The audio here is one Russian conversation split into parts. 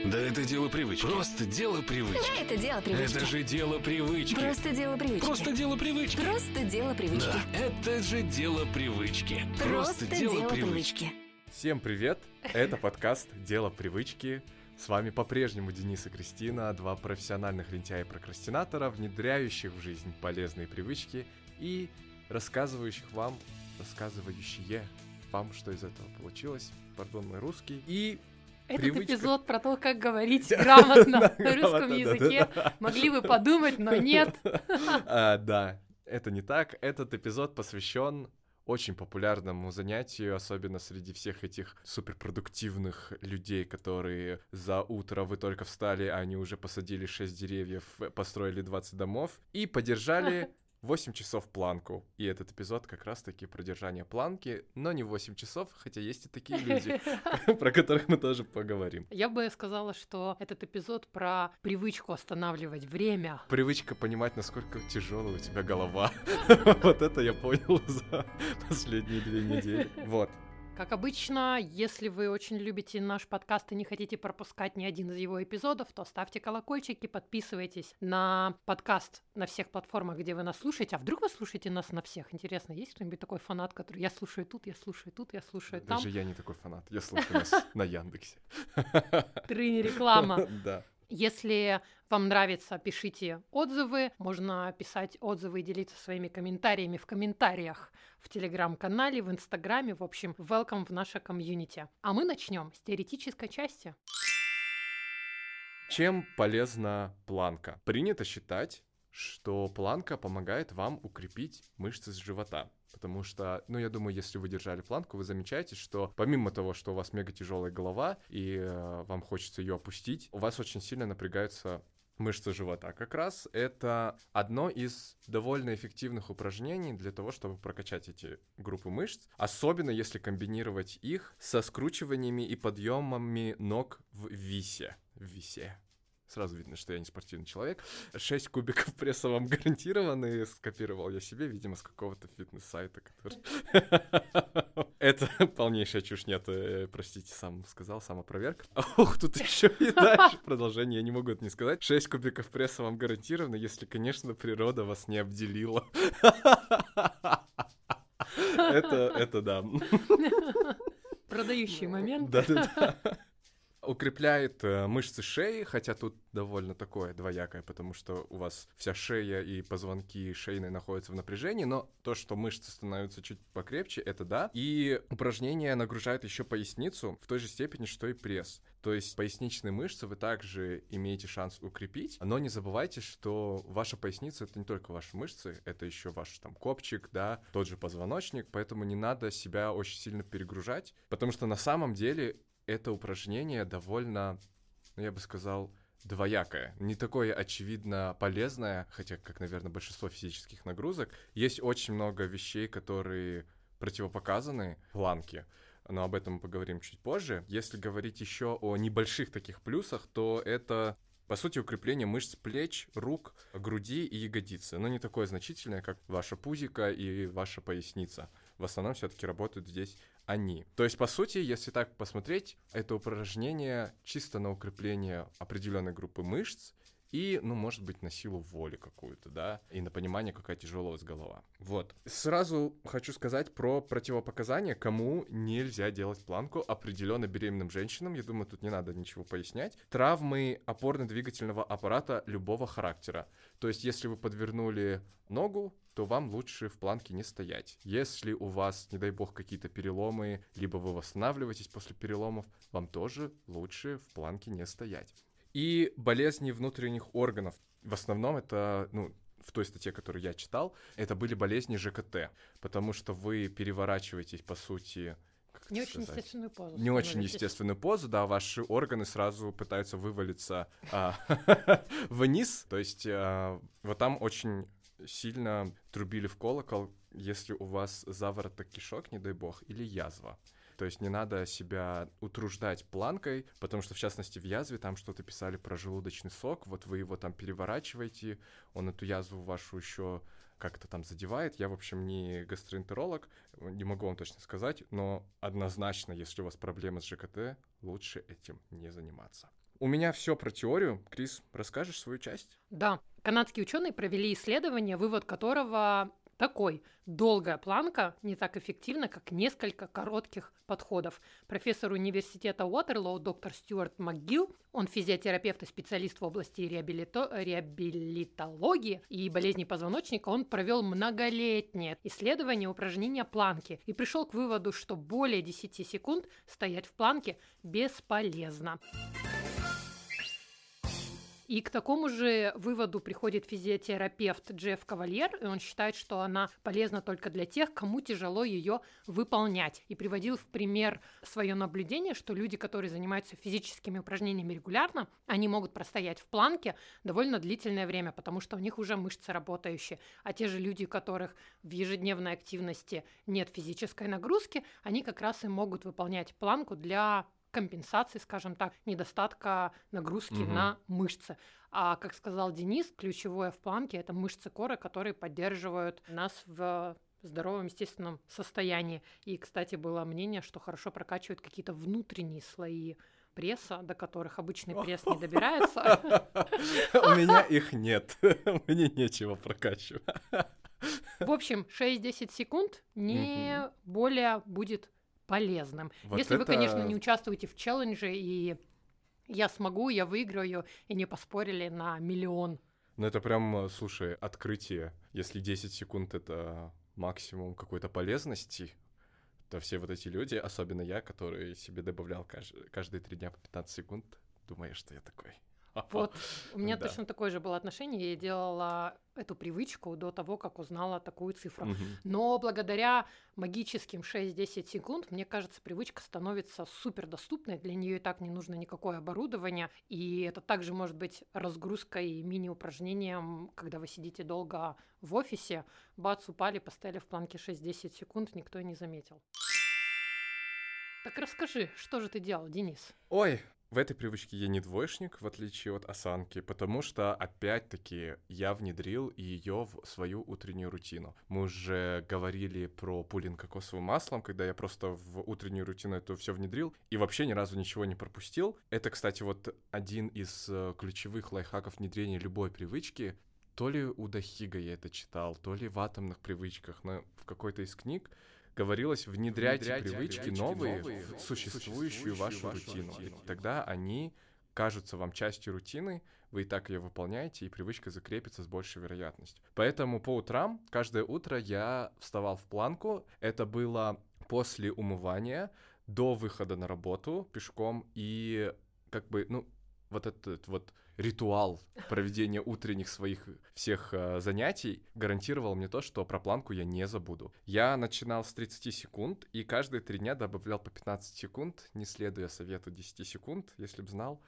Да это дело привычки. Просто дело привычки. Это дело привычки. Это же дело привычки. Просто дело привычки. Просто дело привычки. Просто дело привычки. Да, это же дело привычки. Просто дело привычки. Всем привет! Это подкаст «Дело привычки». С вами по-прежнему Денис и Кристина, два профессиональных лентяя-прокрастинатора, внедряющих в жизнь полезные привычки и рассказывающие вам, что из этого получилось. Пардон, мой русский. И этот привычка... эпизод про то, как говорить грамотно на русском языке. Могли бы подумать, но нет. Да, это не так. Этот эпизод посвящен очень популярному занятию, особенно среди всех этих суперпродуктивных людей, которые за утро вы только встали, а они уже посадили 6 деревьев, построили 20 домов и подержали 8 часов планку. И этот эпизод как раз-таки про держание планки, но не 8 часов, хотя есть и такие люди, про которых мы тоже поговорим. Я бы сказала, что этот эпизод про привычку останавливать время. Привычка понимать, насколько тяжелая у тебя голова. Вот это я понял за последние 2 недели. Вот. Как обычно, если вы очень любите наш подкаст и не хотите пропускать ни один из его эпизодов, то ставьте колокольчики, подписывайтесь на подкаст на всех платформах, где вы нас слушаете. А вдруг вы слушаете нас на всех? Интересно, есть кто-нибудь такой фанат, который я слушаю тут, я слушаю тут, я слушаю там? Даже я не такой фанат. Я слушаю нас на Яндексе. Тры реклама. Да. Если вам нравится, пишите отзывы. Можно писать отзывы и делиться своими комментариями в комментариях в Телеграм-канале, в Инстаграме. В общем, welcome в наше комьюнити. А мы начнем с теоретической части. Чем полезна планка? Принято считать, что планка помогает вам укрепить мышцы с живота. Потому что, я думаю, если вы держали планку, вы замечаете, что помимо того, что у вас мега тяжелая голова и вам хочется ее опустить, у вас очень сильно напрягаются мышцы живота. Как раз это одно из довольно эффективных упражнений для того, чтобы прокачать эти группы мышц, особенно если комбинировать их со скручиваниями и подъемами ног в висе. Сразу видно, что я не спортивный человек. 6 кубиков пресса вам гарантированы. Скопировал я себе, видимо, с какого-то фитнес-сайта, который... Это полнейшая чушь. Нет, простите, сам сказал, самопроверка. Ух, тут еще и дальше продолжение. Я не могу это не сказать. 6 кубиков пресса вам гарантированы, если, конечно, природа вас не обделила. Это да. Продающий момент. Да. Укрепляет мышцы шеи, хотя тут довольно такое двоякое, потому что у вас вся шея и позвонки шейные находятся в напряжении, но то, что мышцы становятся чуть покрепче, это да. И упражнение нагружает еще поясницу в той же степени, что и пресс. То есть поясничные мышцы вы также имеете шанс укрепить, но не забывайте, что ваша поясница — это не только ваши мышцы, это еще ваш копчик, да, тот же позвоночник, поэтому не надо себя очень сильно перегружать, потому что на самом деле это упражнение довольно, я бы сказал, двоякое. Не такое очевидно полезное, хотя, как, наверное, большинство физических нагрузок. Есть очень много вещей, которые противопоказаны планке, но об этом мы поговорим чуть позже. Если говорить еще о небольших таких плюсах, то это, по сути, укрепление мышц плеч, рук, груди и ягодицы. Но не такое значительное, как ваша пузико и ваша поясница. В основном все-таки работают здесь они. То есть, по сути, если так посмотреть, это упражнение чисто на укрепление определенной группы мышц и, может быть, на силу воли какую-то, да, и на понимание, какая тяжелая у вас голова. Вот. Сразу хочу сказать про противопоказания, кому нельзя делать планку. Определенно беременным женщинам, я думаю, тут не надо ничего пояснять. Травмы опорно-двигательного аппарата любого характера. То есть, если вы подвернули ногу, то вам лучше в планке не стоять. Если у вас, не дай бог, какие-то переломы, либо вы восстанавливаетесь после переломов, вам тоже лучше в планке не стоять. И болезни внутренних органов. В основном это, в той статье, которую я читал, это были болезни ЖКТ, потому что вы переворачиваетесь, по сути... Не очень естественную позу. Не очень естественную позу, да, ваши органы сразу пытаются вывалиться вниз, то есть вот там очень сильно трубили в колокол, если у вас завороток кишок, не дай бог, или язва. То есть не надо себя утруждать планкой, потому что, в частности, в язве там что-то писали про желудочный сок, вот вы его там переворачиваете, он эту язву вашу еще как-то там задевает. Я, в общем, не гастроэнтеролог, не могу вам точно сказать, но однозначно, если у вас проблемы с ЖКТ, лучше этим не заниматься. У меня все про теорию. Крис, расскажешь свою часть? Да, канадские ученые провели исследование, вывод которого такой: долгая планка не так эффективна, как несколько коротких подходов. Профессор университета Уотерлоу, доктор Стюарт МакГилл, он физиотерапевт и специалист в области реабилитологии и болезней позвоночника, он провел многолетнее исследование упражнения планки и пришел к выводу, что более 10 секунд стоять в планке бесполезно. И к такому же выводу приходит физиотерапевт Джефф Кавальер, и он считает, что она полезна только для тех, кому тяжело ее выполнять. И приводил в пример свое наблюдение, что люди, которые занимаются физическими упражнениями регулярно, они могут простоять в планке довольно длительное время, потому что у них уже мышцы работающие. А те же люди, у которых в ежедневной активности нет физической нагрузки, они как раз и могут выполнять планку для компенсации, скажем так, недостатка нагрузки на мышцы. А, как сказал Денис, ключевое в планке – это мышцы кора, которые поддерживают нас в здоровом, естественном состоянии. И, кстати, было мнение, что хорошо прокачивают какие-то внутренние слои пресса, до которых обычный пресс не добирается. У меня их нет. Мне нечего прокачивать. В общем, 6-10 секунд не более будет полезным. Вот если это... вы, конечно, не участвуете в челлендже, и я смогу, я выиграю, и не поспорили на 1 миллион. Ну это прям, слушай, открытие. Если 10 секунд — это максимум какой-то полезности, то все вот эти люди, особенно я, который себе добавлял каждые 3 дня по 15 секунд, думаю, что я такой. Вот, у меня точно такое же было отношение. Я делала эту привычку до того, как узнала такую цифру. Но благодаря магическим 6-10 секунд, мне кажется, привычка становится супер доступной. Для нее и так не нужно никакое оборудование. И это также может быть разгрузкой и мини-упражнением, когда вы сидите долго в офисе, бац, упали, поставили в планке 6-10 секунд, никто и не заметил. Так расскажи, что же ты делал, Денис? Ой, в этой привычке я не двоечник, в отличие от осанки, потому что, опять-таки, я внедрил ее в свою утреннюю рутину. Мы уже говорили про пулинг кокосовым маслом, когда я просто в утреннюю рутину это все внедрил и вообще ни разу ничего не пропустил. Это, кстати, вот один из ключевых лайфхаков внедрения любой привычки. То ли у Дахига я это читал, то ли в «Атомных привычках», но в какой-то из книг говорилось: внедряйте привычки новые в существующую вашу рутину. И тогда они кажутся вам частью рутины, вы и так ее выполняете, и привычка закрепится с большей вероятностью. Поэтому по утрам, каждое утро я вставал в планку. Это было после умывания, до выхода на работу пешком, и как бы, вот этот вот ритуал проведения утренних своих всех занятий гарантировал мне то, что про планку я не забуду. Я начинал с 30 секунд, и каждые 3 дня добавлял по 15 секунд, не следуя совету 10 секунд, если б знал.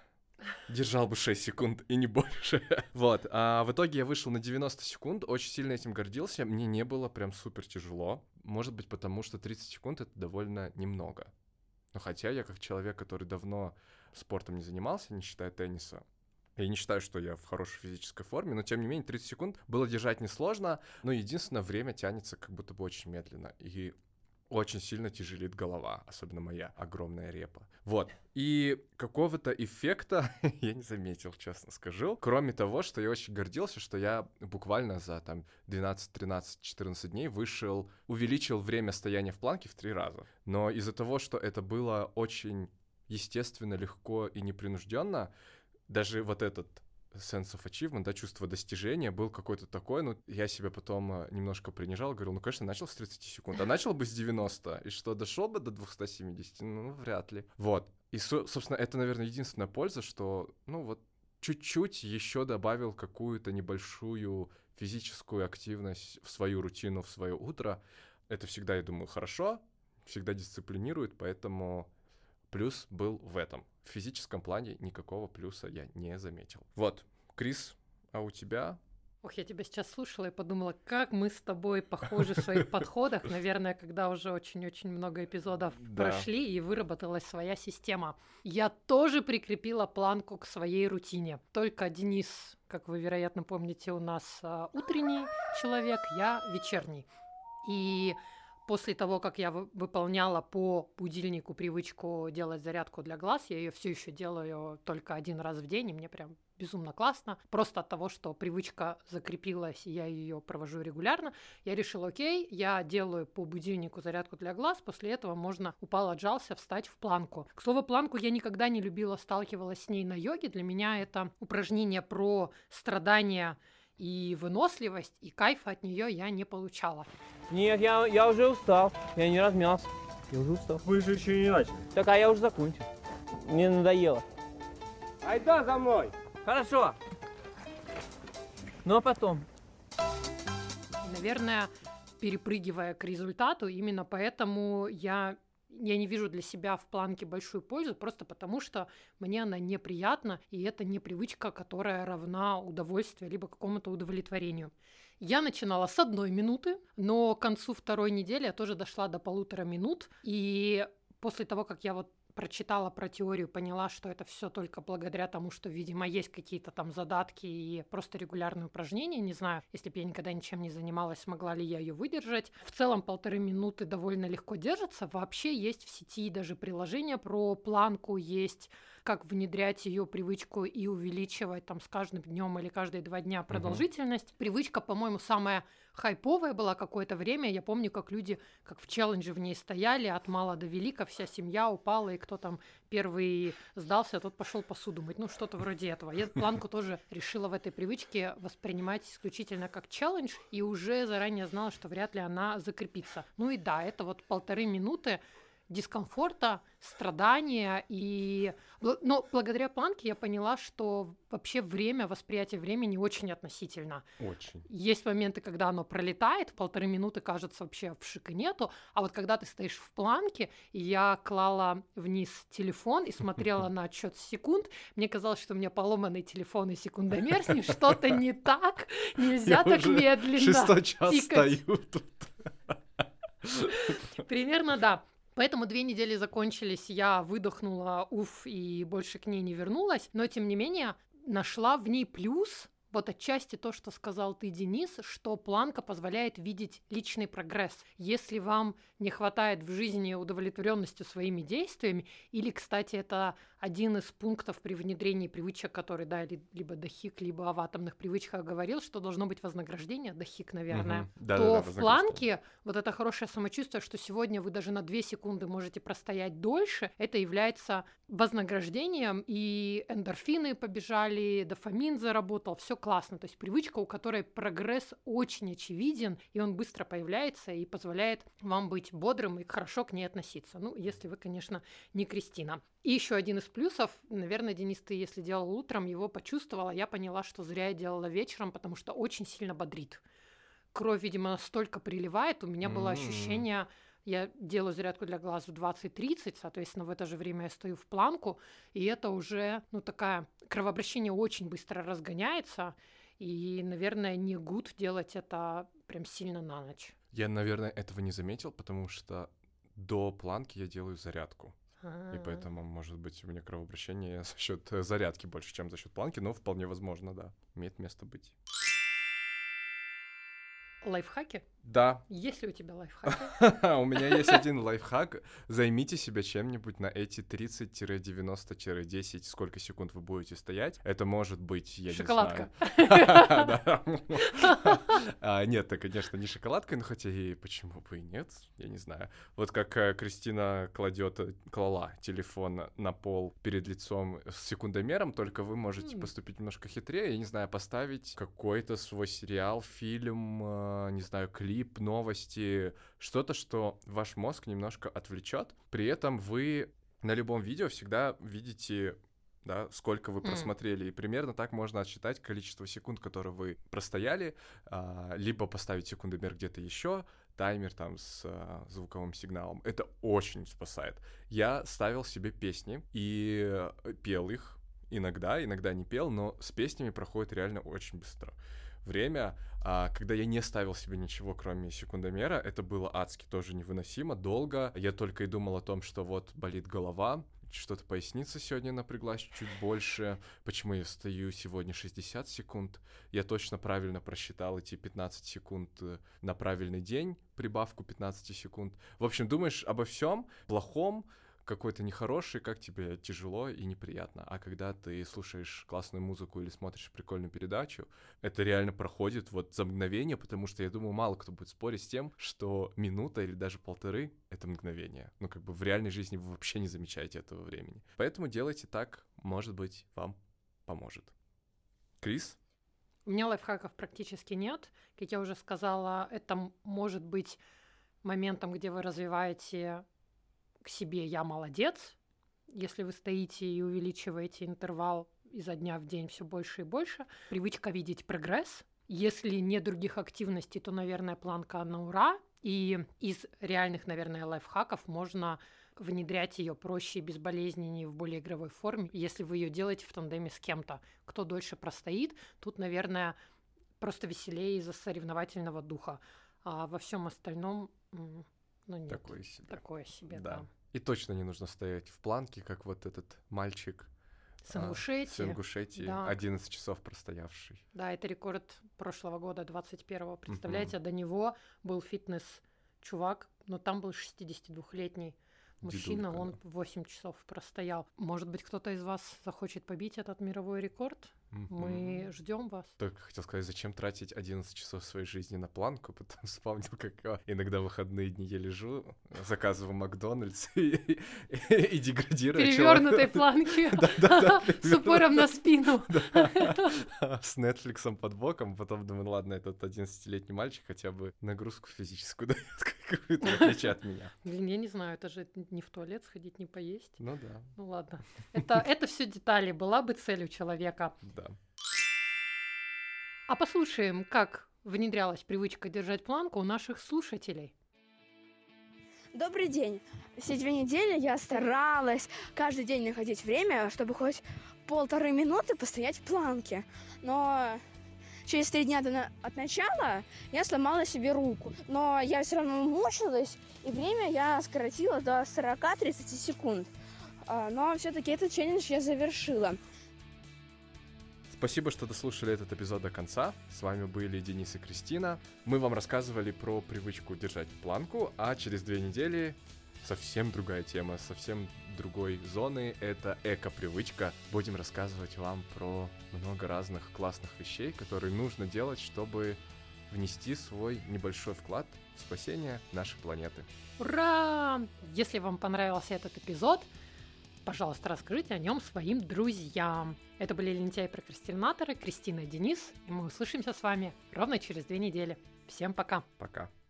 Держал бы 6 секунд и не больше. Вот. А в итоге я вышел на 90 секунд, очень сильно этим гордился. Мне не было прям супер тяжело. Может быть, потому что 30 секунд — это довольно немного. Но хотя я как человек, который давно спортом не занимался, не считая тенниса, я не считаю, что я в хорошей физической форме, но тем не менее 30 секунд было держать несложно, но единственное, время тянется как будто бы очень медленно, и очень сильно тяжелит голова, особенно моя огромная репа. Вот. И какого-то эффекта я не заметил, честно скажу. Кроме того, что я очень гордился, что я буквально за 12, 13, 14 дней увеличил время стояния в планке в 3 раза. Но из-за того, что это было очень естественно, легко и непринужденно, даже вот этот sense of achievement, чувство достижения был какой-то такой, я себя потом немножко принижал, говорил, конечно, начал с 30 секунд, а начал бы с 90, и что, дошел бы до 270? Вряд ли. Вот. И, собственно, это, наверное, единственная польза, что, чуть-чуть еще добавил какую-то небольшую физическую активность в свою рутину, в свое утро. Это всегда, я думаю, хорошо, всегда дисциплинирует, поэтому плюс был в этом. В физическом плане никакого плюса я не заметил. Вот, Крис, а у тебя? Ох, я тебя сейчас слушала и подумала, как мы с тобой похожи в своих подходах. Наверное, когда уже очень-очень много эпизодов прошли и выработалась своя система. Я тоже прикрепила планку к своей рутине. Только Денис, как вы, вероятно, помните, у нас утренний человек, я вечерний. И После того, как я выполняла по будильнику привычку делать зарядку для глаз, я ее все еще делаю только 1 раз в день, и мне прям безумно классно. Просто от того, что привычка закрепилась, и я ее провожу регулярно, я решила, окей, я делаю по будильнику зарядку для глаз, после этого можно упал, отжался, встать в планку. К слову, планку я никогда не любила, сталкивалась с ней на йоге. Для меня это упражнение про страдания и выносливость, и кайфа от нее я не получала. Нет, я уже устал, я не размялся. Я уже устал. Вы же еще не начали. Так, а я уже закончил. Мне надоело. Айда за мной! Хорошо. Ну а потом? И, наверное, перепрыгивая к результату, именно поэтому я не вижу для себя в планке большую пользу, просто потому что мне она неприятна, и это не привычка, которая равна удовольствию, либо какому-то удовлетворению. Я начинала с 1 минуты, но к концу 2-й недели я тоже дошла до 1,5 минут, и после того, как я прочитала про теорию, поняла, что это все только благодаря тому, что, видимо, есть какие-то там задатки и просто регулярные упражнения. Не знаю, если бы я никогда ничем не занималась, смогла ли я ее выдержать. В целом 1,5 минуты довольно легко держится. Вообще есть в сети даже приложение про планку, есть как внедрять ее привычку и увеличивать там с каждым днем или каждые 2 дня продолжительность. Привычка, по-моему, самая хайповая была какое-то время. Я помню, как люди как в челлендже в ней стояли, от мала до велика, вся семья упала, и кто там первый сдался, тот пошел посуду мыть. Ну, что-то вроде этого. Я планку тоже решила в этой привычке воспринимать исключительно как челлендж, и уже заранее знала, что вряд ли она закрепится. Ну и да, это 1,5 минуты дискомфорта, страдания, но благодаря планке я поняла, что вообще восприятие времени очень относительно. Очень. Есть моменты, когда оно пролетает, 1,5 минуты кажется вообще вшик и нету, а вот когда ты стоишь в планке, и я клала вниз телефон и смотрела на отсчет секунд, мне казалось, что у меня поломанный телефон и секундомер, с ним что-то не так, нельзя так медленно 6-й час тикать. стою тут. Примерно, да. Поэтому 2 недели закончились, я выдохнула, и больше к ней не вернулась. Но, тем не менее, нашла в ней плюс, вот отчасти то, что сказал ты, Денис, что планка позволяет видеть личный прогресс. Если вам не хватает в жизни удовлетворенностью своими действиями, или, кстати, это один из пунктов при внедрении привычек, который, да, либо Дахик, либо в атомных привычках говорил, что должно быть вознаграждение, Дахик, наверное, то в планке вот это хорошее самочувствие, что сегодня вы даже на 2 секунды можете простоять дольше, это является вознаграждением, и эндорфины побежали, дофамин заработал, все классно. То есть привычка, у которой прогресс очень очевиден, и он быстро появляется и позволяет вам быть бодрым и хорошо к ней относиться. Ну, если вы, конечно, не Кристина. И еще один из плюсов, наверное, Денис, ты, если делал утром, его почувствовала, я поняла, что зря я делала вечером, потому что очень сильно бодрит. Кровь, видимо, настолько приливает, у меня было ощущение... Я делаю зарядку для глаз в 20:30, соответственно, в это же время я стою в планку, и это уже, такая, кровообращение очень быстро разгоняется, и, наверное, не гуд делать это прям сильно на ночь. Я, наверное, этого не заметил, потому что до планки я делаю зарядку. И поэтому, может быть, у меня кровообращение за счет зарядки больше, чем за счет планки, но вполне возможно, да, имеет место быть. Лайфхаки? Да. Есть ли у тебя лайфхаки? У меня есть один лайфхак. Займите себя чем-нибудь на эти 30-90-10, сколько секунд вы будете стоять. Это может быть, я шоколадка. Не знаю. Нет, это, конечно, не шоколадка, но хотя и почему бы и нет, я не знаю. Вот как Кристина клала телефон на пол перед лицом с секундомером, только вы можете поступить немножко хитрее, я не знаю, поставить какой-то свой сериал, фильм, не знаю, клип, новости, что-то, что ваш мозг немножко отвлечет. При этом вы на любом видео всегда видите, да, сколько вы просмотрели. И примерно так можно отсчитать количество секунд, которые вы простояли, либо поставить секундомер где-то еще, таймер там с звуковым сигналом. Это очень спасает. Я ставил себе песни и пел их иногда не пел, но с песнями проходит реально очень быстро время. Когда я не ставил себе ничего, кроме секундомера, это было адски тоже невыносимо, долго. Я только и думал о том, что вот болит голова, что-то поясница сегодня напряглась чуть больше, почему я стою сегодня 60 секунд. Я точно правильно просчитал эти 15 секунд на правильный день, прибавку 15 секунд. В общем, думаешь обо всем плохом, какой-то нехороший, как тебе тяжело и неприятно. А когда ты слушаешь классную музыку или смотришь прикольную передачу, это реально проходит вот за мгновение, потому что я думаю, мало кто будет спорить с тем, что минута или даже полторы — это мгновение. Ну, как бы в реальной жизни вы вообще не замечаете этого времени. Поэтому делайте так, может быть, вам поможет. Крис? У меня лайфхаков практически нет. Как я уже сказала, это может быть моментом, где вы развиваете к себе «я молодец», если вы стоите и увеличиваете интервал изо дня в день все больше и больше. Привычка видеть прогресс. Если нет других активностей, то, наверное, планка на ура. И из реальных, наверное, лайфхаков можно внедрять ее проще и безболезненнее в более игровой форме, если вы ее делаете в тандеме с кем-то. Кто дольше простоит, тут, наверное, просто веселее из-за соревновательного духа. А во всем остальном, ну нет, такое себе, да. И точно не нужно стоять в планке, как вот этот мальчик с Ингушетии, да. 11 часов простоявший. Да, это рекорд прошлого года, 21-го. Представляете, до него был фитнес-чувак, но там был 62-летний мужчина, Дедулька, он да. 8 часов простоял. Может быть, кто-то из вас захочет побить этот мировой рекорд? Мы ждем вас. Только хотел сказать, зачем тратить 11 часов своей жизни на планку, потом вспомнил, как я иногда в выходные дни я лежу, заказываю Макдональдс и деградирую. Перевёрнутой планки с упором на спину. С Netflix'ом под боком, потом думаю, ладно, этот 11-летний мальчик хотя бы нагрузку физическую дает какую-то, в отличие от меня. Блин, я не знаю, это же не в туалет сходить, не поесть. Ну да. Ну ладно. Это все детали, была бы цель у человека. Да. А послушаем, как внедрялась привычка держать планку у наших слушателей. Добрый день. Все 2 недели я старалась каждый день находить время, чтобы хоть 1,5 минуты постоять в планке. Но через 3 дня от начала я сломала себе руку. Но я все равно мучилась, и время я скоротила до 40-30 секунд. Но все-таки этот челлендж я завершила. Спасибо, что дослушали этот эпизод до конца. С вами были Денис и Кристина. Мы вам рассказывали про привычку держать планку, а через 2 недели совсем другая тема, совсем другой зоны. Это эко-привычка. Будем рассказывать вам про много разных классных вещей, которые нужно делать, чтобы внести свой небольшой вклад в спасение нашей планеты. Ура! Если вам понравился этот эпизод, пожалуйста, расскажите о нем своим друзьям. Это были лентяи-прокрастинаторы Кристина и Денис, и мы услышимся с вами ровно через 2 недели. Всем пока! Пока!